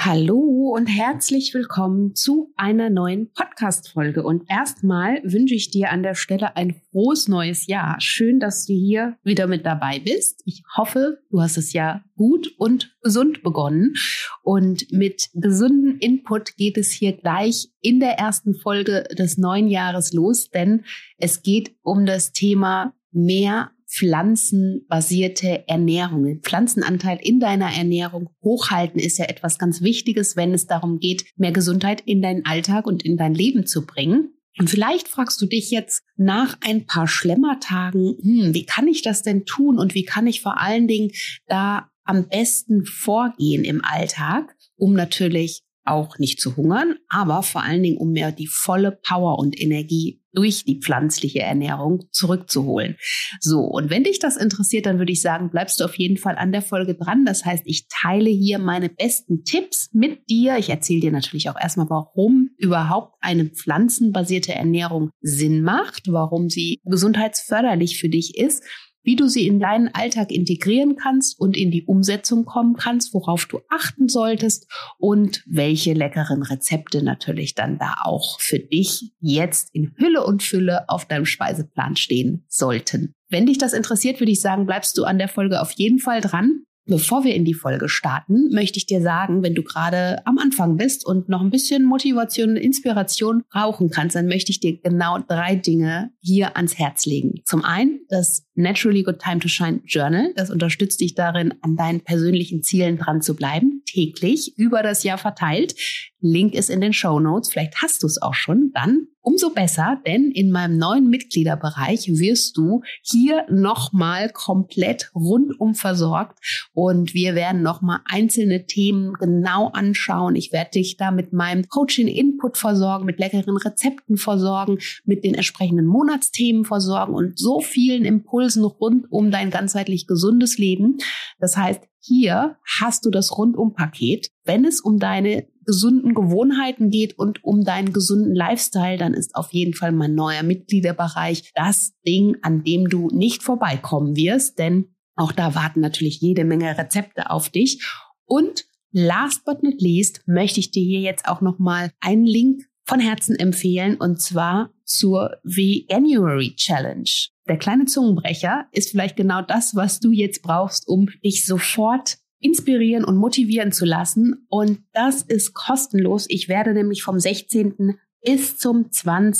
Hallo und herzlich willkommen zu einer neuen Podcast-Folge. Und erstmal wünsche ich dir an der Stelle ein frohes neues Jahr. Schön, dass du hier wieder mit dabei bist. Ich hoffe, du hast das Jahr gut und gesund begonnen. Und mit gesundem Input geht es hier gleich in der ersten Folge des neuen Jahres los, denn es geht um das Thema mehr pflanzenbasierte Ernährung. Den Pflanzenanteil in deiner Ernährung hochhalten ist ja etwas ganz Wichtiges, wenn es darum geht, mehr Gesundheit in deinen Alltag und in dein Leben zu bringen. Und vielleicht fragst du dich jetzt nach ein paar Schlemmertagen, wie kann ich das denn tun und wie kann ich vor allen Dingen da am besten vorgehen im Alltag, um natürlich auch nicht zu hungern, aber vor allen Dingen, um mehr die volle Power und Energie durch die pflanzliche Ernährung zurückzuholen. So, und wenn dich das interessiert, dann würde ich sagen, bleibst du auf jeden Fall an der Folge dran. Das heißt, ich teile hier meine besten Tipps mit dir. Ich erzähle dir natürlich auch erstmal, warum überhaupt eine pflanzenbasierte Ernährung Sinn macht, warum sie gesundheitsförderlich für dich ist, wie du sie in deinen Alltag integrieren kannst und in die Umsetzung kommen kannst, worauf du achten solltest und welche leckeren Rezepte natürlich dann da auch für dich jetzt in Hülle und Fülle auf deinem Speiseplan stehen sollten. Wenn dich das interessiert, würde ich sagen, bleibst du an der Folge auf jeden Fall dran. Bevor wir in die Folge starten, möchte ich dir sagen, wenn du gerade am Anfang bist und noch ein bisschen Motivation und Inspiration brauchen kannst, dann möchte ich dir genau 3 Dinge hier ans Herz legen. Zum einen das Naturally Good Time to Shine Journal. Das unterstützt dich darin, an deinen persönlichen Zielen dran zu bleiben, täglich über das Jahr verteilt. Link ist in den Shownotes. Vielleicht hast du es auch schon. Dann umso besser, denn in meinem neuen Mitgliederbereich wirst du hier nochmal komplett rundum versorgt und wir werden nochmal einzelne Themen genau anschauen. Ich werde dich da mit meinem Coaching-Input versorgen, mit leckeren Rezepten versorgen, mit den entsprechenden Monatsthemen versorgen und so vielen Impulsen rund um dein ganzheitlich gesundes Leben. Das heißt, hier hast du das Rundum-Paket. Wenn es um deine gesunden Gewohnheiten geht und um deinen gesunden Lifestyle, dann ist auf jeden Fall mein neuer Mitgliederbereich das Ding, an dem du nicht vorbeikommen wirst, denn auch da warten natürlich jede Menge Rezepte auf dich. Und last but not least möchte ich dir hier jetzt auch nochmal einen Link von Herzen empfehlen, und zwar zur Veganuary Challenge. Der kleine Zungenbrecher ist vielleicht genau das, was du jetzt brauchst, um dich sofort inspirieren und motivieren zu lassen. Und das ist kostenlos. Ich werde nämlich vom 16. bis zum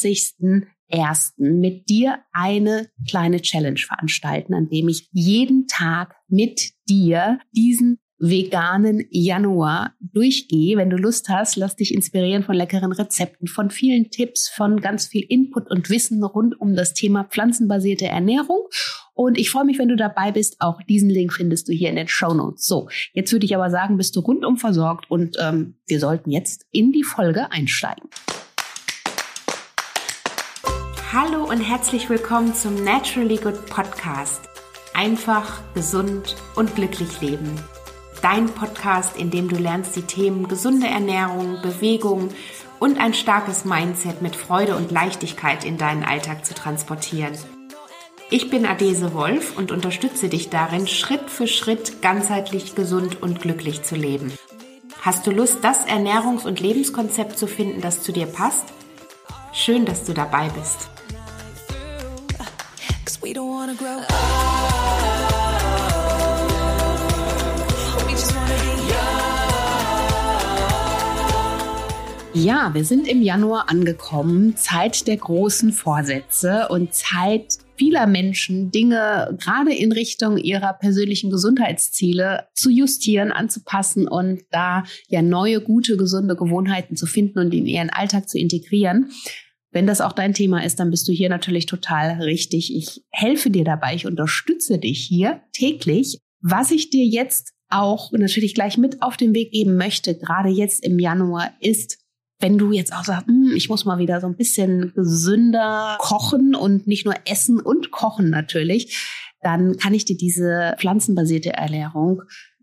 20.01. mit dir eine kleine Challenge veranstalten, an dem ich jeden Tag mit dir diesen veganen Januar durchgehe. Wenn du Lust hast, lass dich inspirieren von leckeren Rezepten, von vielen Tipps, von ganz viel Input und Wissen rund um das Thema pflanzenbasierte Ernährung. Und ich freue mich, wenn du dabei bist. Auch diesen Link findest du hier in den Shownotes. So, jetzt würde ich aber sagen, bist du rundum versorgt und wir sollten jetzt in die Folge einsteigen. Hallo und herzlich willkommen zum Naturally Good Podcast. Einfach, gesund und glücklich leben. Dein Podcast, in dem du lernst, die Themen gesunde Ernährung, Bewegung und ein starkes Mindset mit Freude und Leichtigkeit in deinen Alltag zu transportieren. Ich bin Adese Wolf und unterstütze dich darin, Schritt für Schritt ganzheitlich gesund und glücklich zu leben. Hast du Lust, das Ernährungs- und Lebenskonzept zu finden, das zu dir passt? Schön, dass du dabei bist. Ja, wir sind im Januar angekommen, Zeit der großen Vorsätze und Zeit vieler Menschen, Dinge gerade in Richtung ihrer persönlichen Gesundheitsziele zu justieren, anzupassen und da ja neue, gute, gesunde Gewohnheiten zu finden und in ihren Alltag zu integrieren. Wenn das auch dein Thema ist, dann bist du hier natürlich total richtig. Ich helfe dir dabei, ich unterstütze dich hier täglich. Was ich dir jetzt auch natürlich gleich mit auf den Weg geben möchte, gerade jetzt im Januar, ist, wenn du jetzt auch sagst, ich muss mal wieder so ein bisschen gesünder kochen und nicht nur essen und kochen natürlich, dann kann ich dir diese pflanzenbasierte Ernährung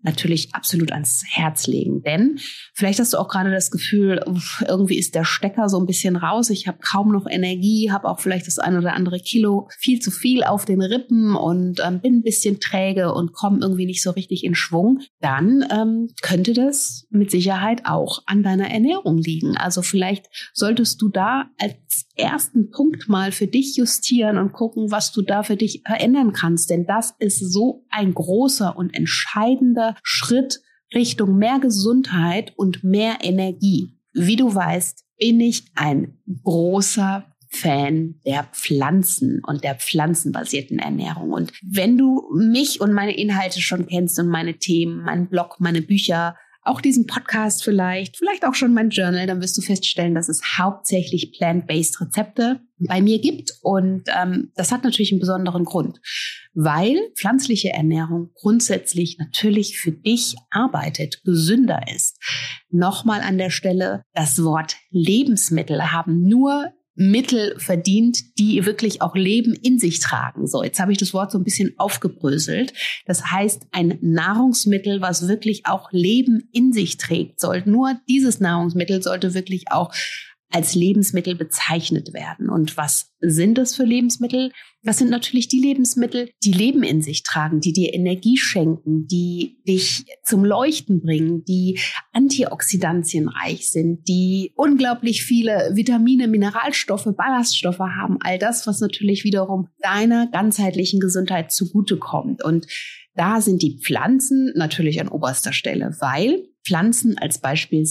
natürlich absolut ans Herz legen. Denn vielleicht hast du auch gerade das Gefühl, irgendwie ist der Stecker so ein bisschen raus. Ich habe kaum noch Energie, habe auch vielleicht das ein oder andere Kilo viel zu viel auf den Rippen und bin ein bisschen träge und komme irgendwie nicht so richtig in Schwung. Dann könnte das mit Sicherheit auch an deiner Ernährung liegen. Also vielleicht solltest du da als ersten Punkt mal für dich justieren und gucken, was du da für dich verändern kannst. Denn das ist so ein großer und entscheidender Schritt Richtung mehr Gesundheit und mehr Energie. Wie du weißt, bin ich ein großer Fan der Pflanzen und der pflanzenbasierten Ernährung. Und wenn du mich und meine Inhalte schon kennst und meine Themen, meinen Blog, meine Bücher, auch diesen Podcast vielleicht auch schon mein Journal, dann wirst du feststellen, dass es hauptsächlich plant-based Rezepte bei mir gibt. Und das hat natürlich einen besonderen Grund, weil pflanzliche Ernährung grundsätzlich natürlich für dich arbeitet, gesünder ist. Nochmal an der Stelle, das Wort Lebensmittel haben nur Mittel verdient, die wirklich auch Leben in sich tragen. So, jetzt habe ich das Wort so ein bisschen aufgebröselt. Das heißt, ein Nahrungsmittel, was wirklich auch Leben in sich trägt, nur dieses Nahrungsmittel sollte wirklich auch als Lebensmittel bezeichnet werden. Und was sind das für Lebensmittel? Das sind natürlich die Lebensmittel, die Leben in sich tragen, die dir Energie schenken, die dich zum Leuchten bringen, die antioxidantienreich sind, die unglaublich viele Vitamine, Mineralstoffe, Ballaststoffe haben. All das, was natürlich wiederum deiner ganzheitlichen Gesundheit zugutekommt. Und da sind die Pflanzen natürlich an oberster Stelle, weil Pflanzen als Beispiel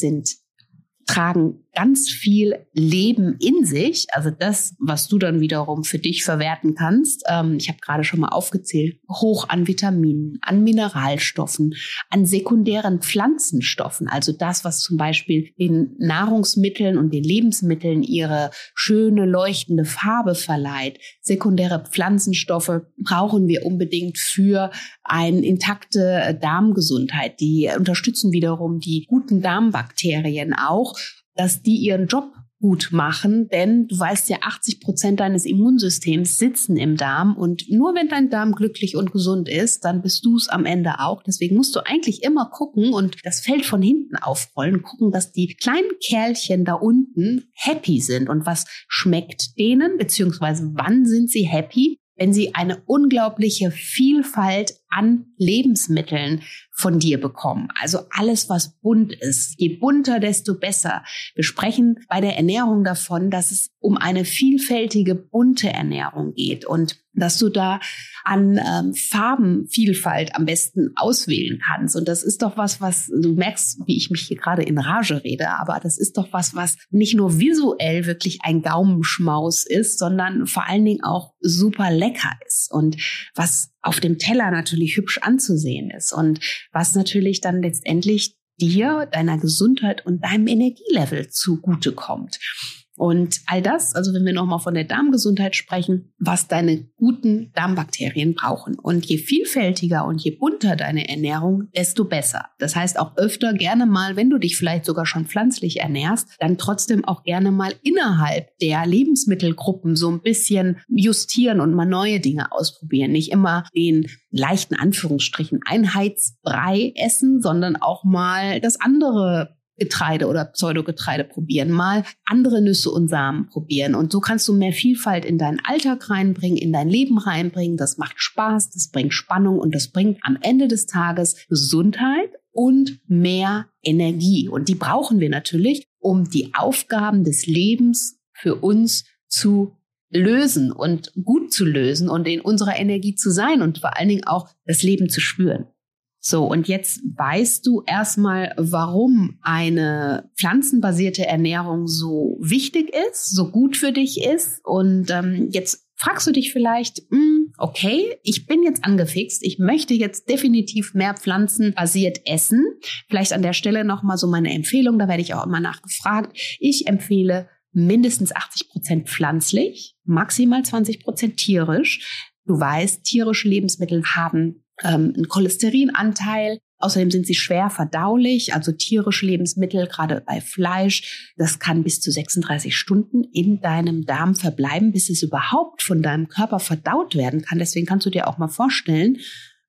tragen ganz viel Leben in sich, also das, was du dann wiederum für dich verwerten kannst. Ich habe gerade schon mal aufgezählt, hoch an Vitaminen, an Mineralstoffen, an sekundären Pflanzenstoffen, also das, was zum Beispiel den Nahrungsmitteln und den Lebensmitteln ihre schöne, leuchtende Farbe verleiht. Sekundäre Pflanzenstoffe brauchen wir unbedingt für eine intakte Darmgesundheit. Die unterstützen wiederum die guten Darmbakterien auch, dass die ihren Job gut machen, denn du weißt ja, 80% deines Immunsystems sitzen im Darm und nur wenn dein Darm glücklich und gesund ist, dann bist du es am Ende auch. Deswegen musst du eigentlich immer gucken und das Feld von hinten aufrollen, gucken, dass die kleinen Kerlchen da unten happy sind. Und was schmeckt denen, beziehungsweise wann sind sie happy? Wenn sie eine unglaubliche Vielfalt an Lebensmitteln von dir bekommen. Also alles, was bunt ist. Je bunter, desto besser. Wir sprechen bei der Ernährung davon, dass es um eine vielfältige, bunte Ernährung geht und dass du da an Farbenvielfalt am besten auswählen kannst. Und das ist doch was du merkst, wie ich mich hier gerade in Rage rede, aber das ist doch was nicht nur visuell wirklich ein Gaumenschmaus ist, sondern vor allen Dingen auch super lecker ist und was auf dem Teller natürlich hübsch anzusehen ist und was natürlich dann letztendlich dir, deiner Gesundheit und deinem Energielevel zugutekommt. Und all das, also wenn wir nochmal von der Darmgesundheit sprechen, was deine guten Darmbakterien brauchen. Und je vielfältiger und je bunter deine Ernährung, desto besser. Das heißt auch öfter gerne mal, wenn du dich vielleicht sogar schon pflanzlich ernährst, dann trotzdem auch gerne mal innerhalb der Lebensmittelgruppen so ein bisschen justieren und mal neue Dinge ausprobieren. Nicht immer den leichten Anführungsstrichen Einheitsbrei essen, sondern auch mal das andere Getreide oder Pseudogetreide probieren, mal andere Nüsse und Samen probieren. Und so kannst du mehr Vielfalt in deinen Alltag reinbringen, in dein Leben reinbringen. Das macht Spaß, das bringt Spannung und das bringt am Ende des Tages Gesundheit und mehr Energie. Und die brauchen wir natürlich, um die Aufgaben des Lebens für uns zu lösen und gut zu lösen und in unserer Energie zu sein und vor allen Dingen auch das Leben zu spüren. So, und jetzt weißt du erstmal, warum eine pflanzenbasierte Ernährung so wichtig ist, so gut für dich ist. Und jetzt fragst du dich vielleicht, okay, ich bin jetzt angefixt, ich möchte jetzt definitiv mehr pflanzenbasiert essen. Vielleicht an der Stelle nochmal so meine Empfehlung, da werde ich auch immer nachgefragt. Ich empfehle mindestens 80% pflanzlich, maximal 20% tierisch. Du weißt, tierische Lebensmittel haben einen Cholesterinanteil. Außerdem sind sie schwer verdaulich, also tierische Lebensmittel, gerade bei Fleisch, das kann bis zu 36 Stunden in deinem Darm verbleiben, bis es überhaupt von deinem Körper verdaut werden kann. Deswegen kannst du dir auch mal vorstellen,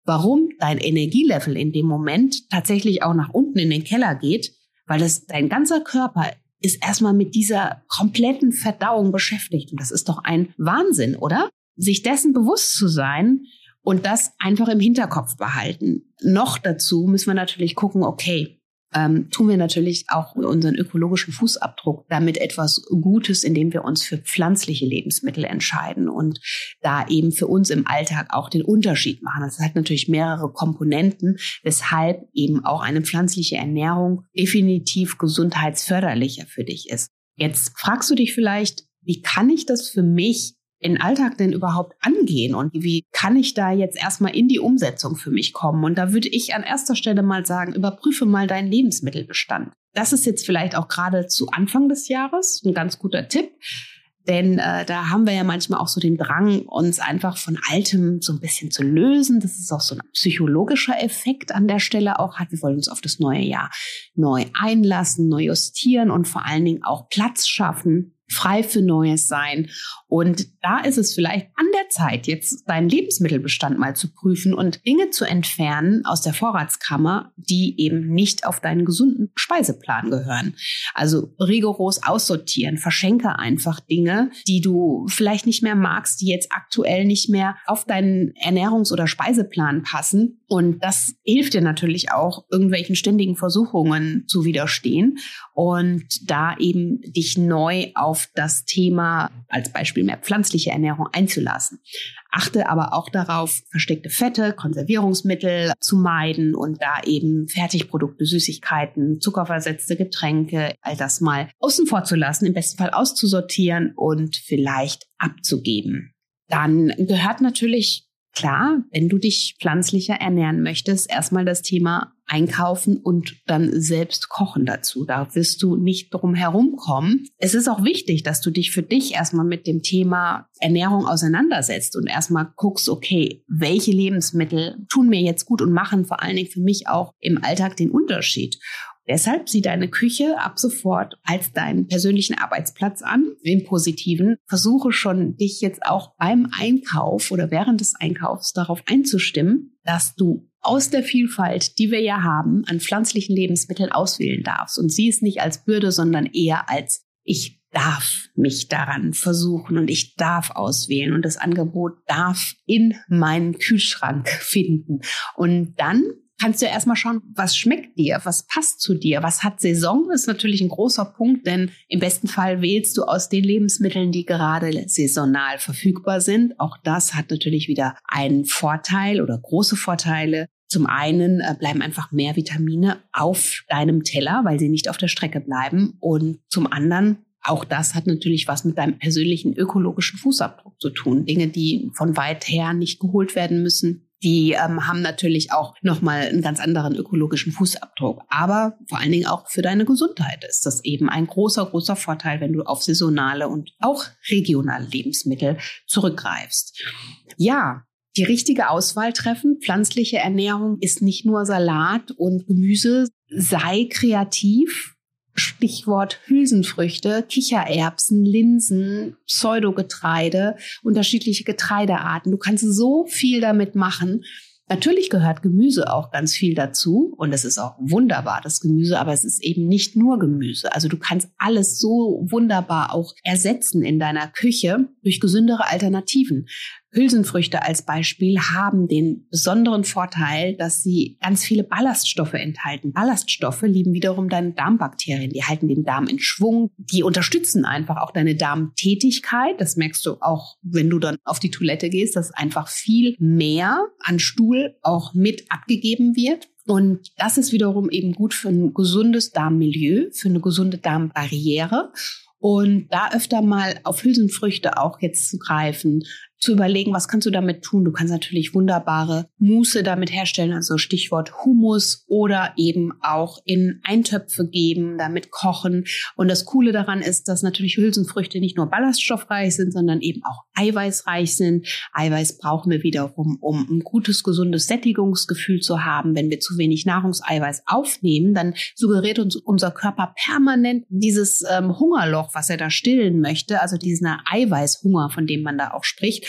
warum dein Energielevel in dem Moment tatsächlich auch nach unten in den Keller geht, weil dein ganzer Körper ist erstmal mit dieser kompletten Verdauung beschäftigt. Und das ist doch ein Wahnsinn, oder? Sich dessen bewusst zu sein und das einfach im Hinterkopf behalten. Noch dazu müssen wir natürlich gucken, okay, tun wir natürlich auch unseren ökologischen Fußabdruck damit etwas Gutes, indem wir uns für pflanzliche Lebensmittel entscheiden und da eben für uns im Alltag auch den Unterschied machen. Das hat natürlich mehrere Komponenten, weshalb eben auch eine pflanzliche Ernährung definitiv gesundheitsförderlicher für dich ist. Jetzt fragst du dich vielleicht, wie kann ich das für mich in den Alltag denn überhaupt angehen und wie kann ich da jetzt erstmal in die Umsetzung für mich kommen? Und da würde ich an erster Stelle mal sagen, überprüfe mal deinen Lebensmittelbestand. Das ist jetzt vielleicht auch gerade zu Anfang des Jahres ein ganz guter Tipp, denn da haben wir ja manchmal auch so den Drang, uns einfach von Altem so ein bisschen zu lösen. Das ist auch so ein psychologischer Effekt an der Stelle auch hat. Wir wollen uns auf das neue Jahr neu einlassen, neu justieren und vor allen Dingen auch Platz schaffen, frei für Neues sein. Und da ist es vielleicht an der Zeit, jetzt deinen Lebensmittelbestand mal zu prüfen und Dinge zu entfernen aus der Vorratskammer, die eben nicht auf deinen gesunden Speiseplan gehören. Also rigoros aussortieren, verschenke einfach Dinge, die du vielleicht nicht mehr magst, die jetzt aktuell nicht mehr auf deinen Ernährungs- oder Speiseplan passen. Und das hilft dir natürlich auch, irgendwelchen ständigen Versuchungen zu widerstehen und da eben dich neu auf das Thema, als Beispiel mehr pflanzliche Ernährung, einzulassen. Achte aber auch darauf, versteckte Fette, Konservierungsmittel zu meiden und da eben Fertigprodukte, Süßigkeiten, zuckerversetzte Getränke, all das mal außen vor zu lassen, im besten Fall auszusortieren und vielleicht abzugeben. Dann gehört natürlich klar, wenn du dich pflanzlicher ernähren möchtest, erstmal das Thema Einkaufen und dann selbst kochen dazu. Da wirst du nicht drum herum kommen. Es ist auch wichtig, dass du dich für dich erstmal mit dem Thema Ernährung auseinandersetzt und erstmal guckst, okay, welche Lebensmittel tun mir jetzt gut und machen vor allen Dingen für mich auch im Alltag den Unterschied. Deshalb sieh deine Küche ab sofort als deinen persönlichen Arbeitsplatz an, im Positiven. Versuche schon, dich jetzt auch beim Einkauf oder während des Einkaufs darauf einzustimmen, dass du aus der Vielfalt, die wir ja haben, an pflanzlichen Lebensmitteln auswählen darfst. Und sieh es nicht als Bürde, sondern eher als ich darf mich daran versuchen und ich darf auswählen und das Angebot darf in meinen Kühlschrank finden. Und dann kannst du erstmal schauen, was schmeckt dir, was passt zu dir, was hat Saison, ist natürlich ein großer Punkt, denn im besten Fall wählst du aus den Lebensmitteln, die gerade saisonal verfügbar sind. Auch das hat natürlich wieder einen Vorteil oder große Vorteile. Zum einen bleiben einfach mehr Vitamine auf deinem Teller, weil sie nicht auf der Strecke bleiben. Und zum anderen, auch das hat natürlich was mit deinem persönlichen ökologischen Fußabdruck zu tun. Dinge, die von weit her nicht geholt werden müssen, die haben natürlich auch nochmal einen ganz anderen ökologischen Fußabdruck. Aber vor allen Dingen auch für deine Gesundheit ist das eben ein großer, großer Vorteil, wenn du auf saisonale und auch regionale Lebensmittel zurückgreifst. Ja, die richtige Auswahl treffen. Pflanzliche Ernährung ist nicht nur Salat und Gemüse. Sei kreativ. Stichwort Hülsenfrüchte, Kichererbsen, Linsen, Pseudogetreide, unterschiedliche Getreidearten. Du kannst so viel damit machen. Natürlich gehört Gemüse auch ganz viel dazu und es ist auch wunderbar, das Gemüse, aber es ist eben nicht nur Gemüse. Also du kannst alles so wunderbar auch ersetzen in deiner Küche durch gesündere Alternativen. Hülsenfrüchte als Beispiel haben den besonderen Vorteil, dass sie ganz viele Ballaststoffe enthalten. Ballaststoffe lieben wiederum deine Darmbakterien. Die halten den Darm in Schwung. Die unterstützen einfach auch deine Darmtätigkeit. Das merkst du auch, wenn du dann auf die Toilette gehst, dass einfach viel mehr an Stuhl auch mit abgegeben wird. Und das ist wiederum eben gut für ein gesundes Darmmilieu, für eine gesunde Darmbarriere. Und da öfter mal auf Hülsenfrüchte auch jetzt zu greifen, zu überlegen, was kannst du damit tun? Du kannst natürlich wunderbare Muße damit herstellen, also Stichwort Hummus oder eben auch in Eintöpfe geben, damit kochen. Und das Coole daran ist, dass natürlich Hülsenfrüchte nicht nur ballaststoffreich sind, sondern eben auch eiweißreich sind. Eiweiß brauchen wir wiederum, um ein gutes, gesundes Sättigungsgefühl zu haben. Wenn wir zu wenig Nahrungseiweiß aufnehmen, dann suggeriert uns unser Körper permanent dieses Hungerloch, was er da stillen möchte, also diesen Eiweißhunger, von dem man da auch spricht.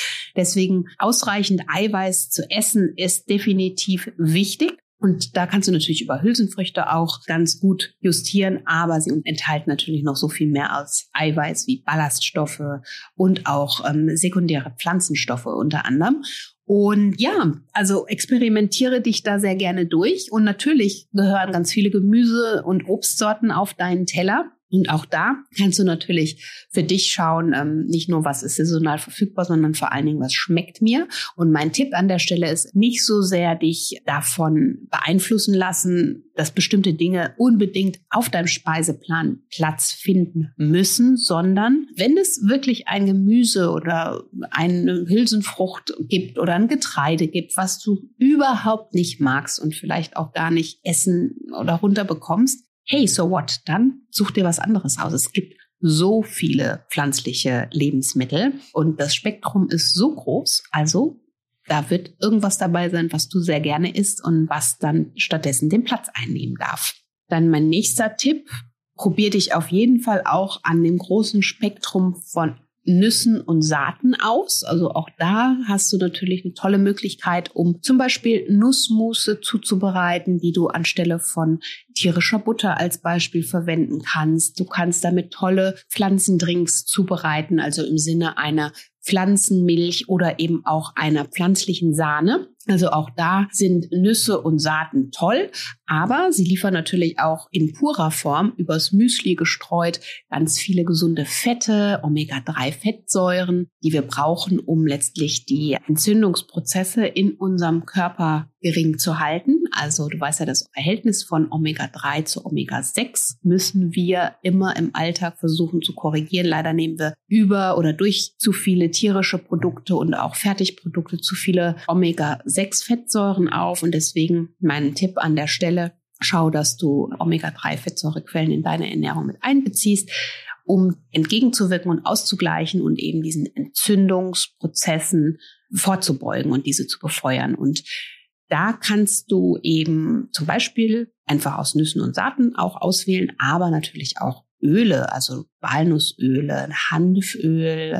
Deswegen ausreichend Eiweiß zu essen ist definitiv wichtig. Und da kannst du natürlich über Hülsenfrüchte auch ganz gut justieren, aber sie enthalten natürlich noch so viel mehr als Eiweiß wie Ballaststoffe und auch sekundäre Pflanzenstoffe unter anderem. Und ja, also experimentiere dich da sehr gerne durch. Und natürlich gehören ganz viele Gemüse- und Obstsorten auf deinen Teller. Und auch da kannst du natürlich für dich schauen, nicht nur, was ist saisonal verfügbar, sondern vor allen Dingen, was schmeckt mir. Und mein Tipp an der Stelle ist, nicht so sehr dich davon beeinflussen lassen, dass bestimmte Dinge unbedingt auf deinem Speiseplan Platz finden müssen, sondern wenn es wirklich ein Gemüse oder eine Hülsenfrucht gibt oder ein Getreide gibt, was du überhaupt nicht magst und vielleicht auch gar nicht essen oder runterbekommst, hey, so what? Dann such dir was anderes aus. Es gibt so viele pflanzliche Lebensmittel und das Spektrum ist so groß. Also da wird irgendwas dabei sein, was du sehr gerne isst und was dann stattdessen den Platz einnehmen darf. Dann mein nächster Tipp. Probier dich auf jeden Fall auch an dem großen Spektrum von Nüssen und Saaten aus. Also auch da hast du natürlich eine tolle Möglichkeit, um zum Beispiel Nussmusse zuzubereiten, die du anstelle von tierischer Butter als Beispiel verwenden kannst. Du kannst damit tolle Pflanzendrinks zubereiten, also im Sinne einer Pflanzenmilch oder eben auch einer pflanzlichen Sahne. Also auch da sind Nüsse und Saaten toll, aber sie liefern natürlich auch in purer Form übers Müsli gestreut ganz viele gesunde Fette, Omega-3-Fettsäuren, die wir brauchen, um letztlich die Entzündungsprozesse in unserem Körper gering zu halten. Also du weißt ja, das Verhältnis von Omega-3 zu Omega-6 müssen wir immer im Alltag versuchen zu korrigieren. Leider nehmen wir über oder durch zu viele tierische Produkte und auch Fertigprodukte zu viele Omega-6-Fettsäuren auf. Und deswegen mein Tipp an der Stelle, schau, dass du Omega-3-Fettsäurequellen in deine Ernährung mit einbeziehst, um entgegenzuwirken und auszugleichen und eben diesen Entzündungsprozessen vorzubeugen und diese zu befeuern. Und da kannst du eben zum Beispiel einfach aus Nüssen und Saaten auch auswählen, aber natürlich auch Öle, also Walnussöle, Hanföl,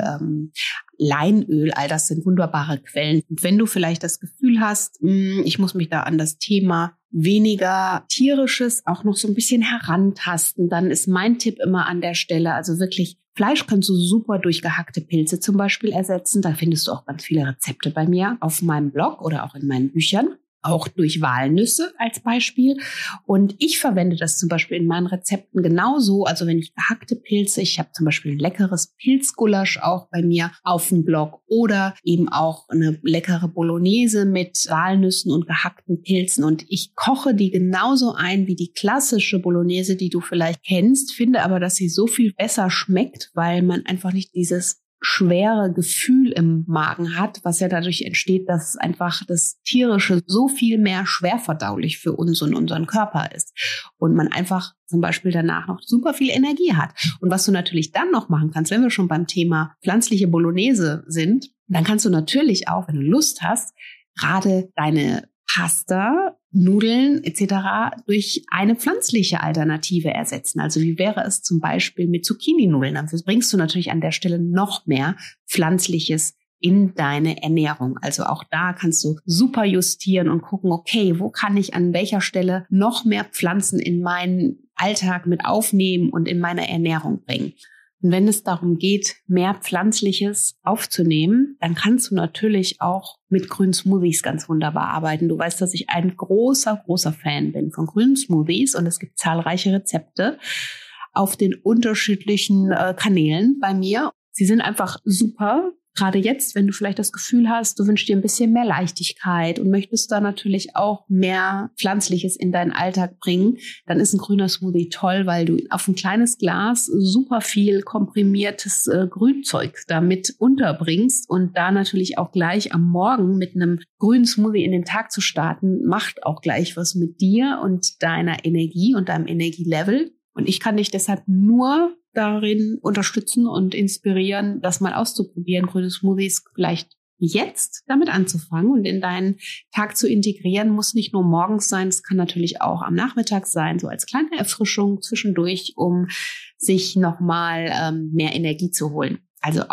Leinöl, all das sind wunderbare Quellen. Und wenn du vielleicht das Gefühl hast, ich muss mich da an das Thema weniger tierisches auch noch so ein bisschen herantasten, dann ist mein Tipp immer an der Stelle, also wirklich Fleisch kannst du super durch gehackte Pilze zum Beispiel ersetzen. Da findest du auch ganz viele Rezepte bei mir auf meinem Blog oder auch in meinen Büchern. Auch durch Walnüsse als Beispiel. Und ich verwende das zum Beispiel in meinen Rezepten genauso. Also wenn ich gehackte Pilze, ich habe zum Beispiel ein leckeres Pilzgulasch auch bei mir auf dem Blog oder eben auch eine leckere Bolognese mit Walnüssen und gehackten Pilzen. Und ich koche die genauso ein wie die klassische Bolognese, die du vielleicht kennst, finde aber, dass sie so viel besser schmeckt, weil man einfach nicht dieses schwere Gefühl im Magen hat, was ja dadurch entsteht, dass einfach das Tierische so viel mehr schwerverdaulich für uns und unseren Körper ist. Und man einfach zum Beispiel danach noch super viel Energie hat. Und was du natürlich dann noch machen kannst, wenn wir schon beim Thema pflanzliche Bolognese sind, dann kannst du natürlich auch, wenn du Lust hast, gerade deine Pasta, Nudeln etc. durch eine pflanzliche Alternative ersetzen. Also wie wäre es zum Beispiel mit Zucchini-Nudeln? Dann bringst du natürlich an der Stelle noch mehr Pflanzliches in deine Ernährung. Also auch da kannst du super justieren und gucken, okay, wo kann ich an welcher Stelle noch mehr Pflanzen in meinen Alltag mit aufnehmen und in meine Ernährung bringen. Und wenn es darum geht, mehr Pflanzliches aufzunehmen, dann kannst du natürlich auch mit grünen Smoothies ganz wunderbar arbeiten. Du weißt, dass ich ein großer Fan bin von grünen Smoothies und es gibt zahlreiche Rezepte auf den unterschiedlichen Kanälen bei mir. Sie sind einfach super. Gerade jetzt, wenn du vielleicht das Gefühl hast, du wünschst dir ein bisschen mehr Leichtigkeit und möchtest da natürlich auch mehr Pflanzliches in deinen Alltag bringen, dann ist ein grüner Smoothie toll, weil du auf ein kleines Glas super viel komprimiertes Grünzeug damit unterbringst und da natürlich auch gleich am Morgen mit einem grünen Smoothie in den Tag zu starten, macht auch gleich was mit dir und deiner Energie und deinem Energielevel. Und ich kann dich deshalb nur darin unterstützen und inspirieren, das mal auszuprobieren, grüne Smoothies vielleicht jetzt damit anzufangen und in deinen Tag zu integrieren. Muss nicht nur morgens sein, es kann natürlich auch am Nachmittag sein, so als kleine Erfrischung zwischendurch, um sich nochmal mehr Energie zu holen. Also auch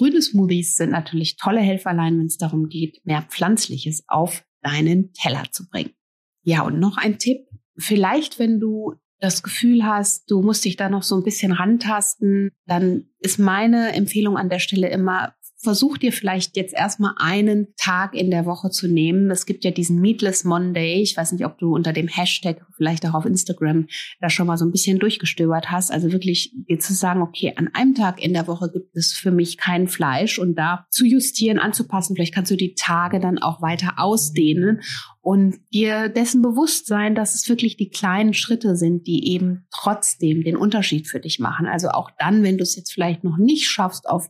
grüne Smoothies sind natürlich tolle Helferlein, wenn es darum geht, mehr Pflanzliches auf deinen Teller zu bringen. Ja, und noch ein Tipp. Vielleicht, wenn du das Gefühl hast, du musst dich da noch so ein bisschen rantasten, dann ist meine Empfehlung an der Stelle immer, versuch dir vielleicht jetzt erstmal einen Tag in der Woche zu nehmen. Es gibt ja diesen Meatless Monday. Ich weiß nicht, ob du unter dem Hashtag vielleicht auch auf Instagram da schon mal so ein bisschen durchgestöbert hast. Also wirklich dir zu sagen, okay, an einem Tag in der Woche gibt es für mich kein Fleisch und da zu justieren, anzupassen. Vielleicht kannst du die Tage dann auch weiter ausdehnen und dir dessen bewusst sein, dass es wirklich die kleinen Schritte sind, die eben trotzdem den Unterschied für dich machen. Also auch dann, wenn du es jetzt vielleicht noch nicht schaffst, auf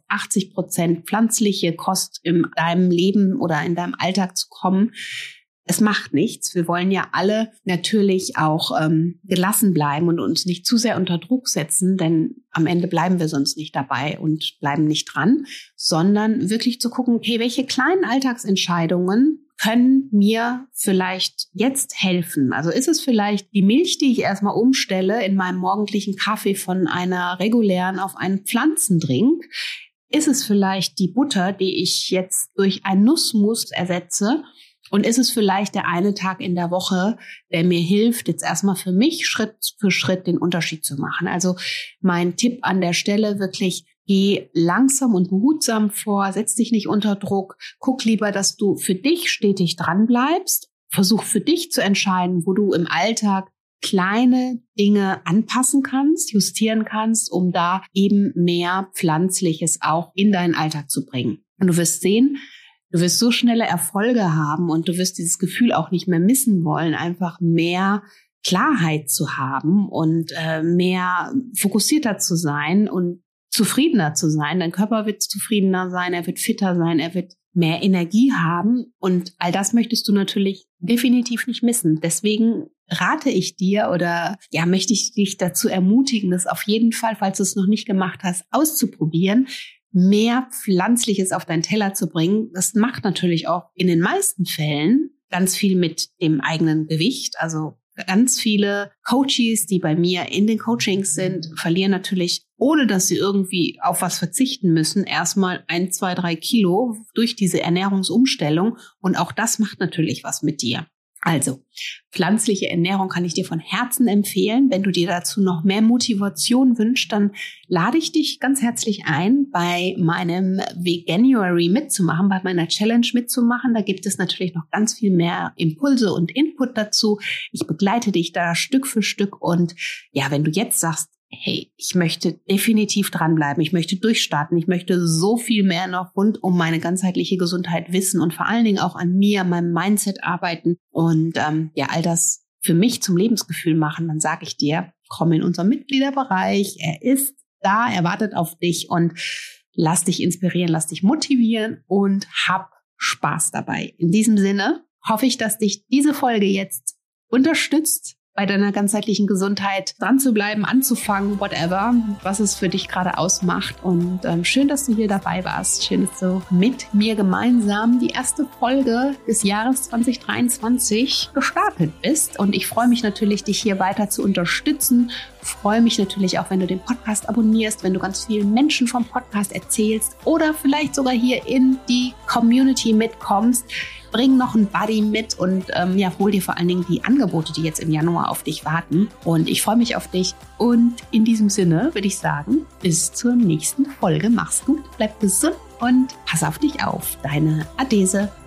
80% pflanzliche Kost in deinem Leben oder in deinem Alltag zu kommen, es macht nichts. Wir wollen ja alle natürlich auch gelassen bleiben und uns nicht zu sehr unter Druck setzen, denn am Ende bleiben wir sonst nicht dabei und bleiben nicht dran, sondern wirklich zu gucken, okay, welche kleinen Alltagsentscheidungen können mir vielleicht jetzt helfen? Also ist es vielleicht die Milch, die ich erstmal umstelle in meinem morgendlichen Kaffee von einer regulären auf einen Pflanzendrink? Ist es vielleicht die Butter, die ich jetzt durch ein Nussmus ersetze? Und ist es vielleicht der eine Tag in der Woche, der mir hilft, jetzt erstmal für mich Schritt für Schritt den Unterschied zu machen? Also mein Tipp an der Stelle wirklich, geh langsam und behutsam vor, setz dich nicht unter Druck, guck lieber, dass du für dich stetig dran bleibst, versuch für dich zu entscheiden, wo du im Alltag kleine Dinge anpassen kannst, justieren kannst, um da eben mehr Pflanzliches auch in deinen Alltag zu bringen. Und du wirst sehen, du wirst so schnelle Erfolge haben und du wirst dieses Gefühl auch nicht mehr missen wollen, einfach mehr Klarheit zu haben und mehr fokussierter zu sein und zufriedener zu sein. Dein Körper wird zufriedener sein, er wird fitter sein, er wird mehr Energie haben und all das möchtest du natürlich definitiv nicht missen. Deswegen rate ich dir oder möchte ich dich dazu ermutigen, das auf jeden Fall, falls du es noch nicht gemacht hast, auszuprobieren, mehr Pflanzliches auf deinen Teller zu bringen. Das macht natürlich auch in den meisten Fällen ganz viel mit dem eigenen Gewicht. Also ganz viele Coaches, die bei mir in den Coachings sind, verlieren natürlich, ohne dass sie irgendwie auf was verzichten müssen, erstmal 1, 2, 3 Kilo durch diese Ernährungsumstellung. Und auch das macht natürlich was mit dir. Also, pflanzliche Ernährung kann ich dir von Herzen empfehlen. Wenn du dir dazu noch mehr Motivation wünschst, dann lade ich dich ganz herzlich ein, bei meinem Veganuary mitzumachen, bei meiner Challenge mitzumachen. Da gibt es natürlich noch ganz viel mehr Impulse und Input dazu. Ich begleite dich da Stück für Stück und wenn du jetzt sagst, hey, ich möchte definitiv dranbleiben, ich möchte durchstarten, ich möchte so viel mehr noch rund um meine ganzheitliche Gesundheit wissen und vor allen Dingen auch an mir, meinem Mindset arbeiten und all das für mich zum Lebensgefühl machen, dann sage ich dir, komm in unseren Mitgliederbereich, er ist da, er wartet auf dich und lass dich inspirieren, lass dich motivieren und hab Spaß dabei. In diesem Sinne hoffe ich, dass dich diese Folge jetzt unterstützt, bei deiner ganzheitlichen Gesundheit dran zu bleiben, anzufangen, whatever, was es für dich gerade ausmacht. Und schön, dass du hier dabei warst. Schön, dass du mit mir gemeinsam die erste Folge des Jahres 2023 gestartet bist. Und ich freue mich natürlich, dich hier weiter zu unterstützen. Freue mich natürlich auch, wenn du den Podcast abonnierst, wenn du ganz vielen Menschen vom Podcast erzählst oder vielleicht sogar hier in die Community mitkommst. Bring noch einen Buddy mit und hol dir vor allen Dingen die Angebote, die jetzt im Januar auf dich warten. Und ich freue mich auf dich. Und in diesem Sinne würde ich sagen, bis zur nächsten Folge. Mach's gut, bleib gesund und pass auf dich auf. Deine Adese.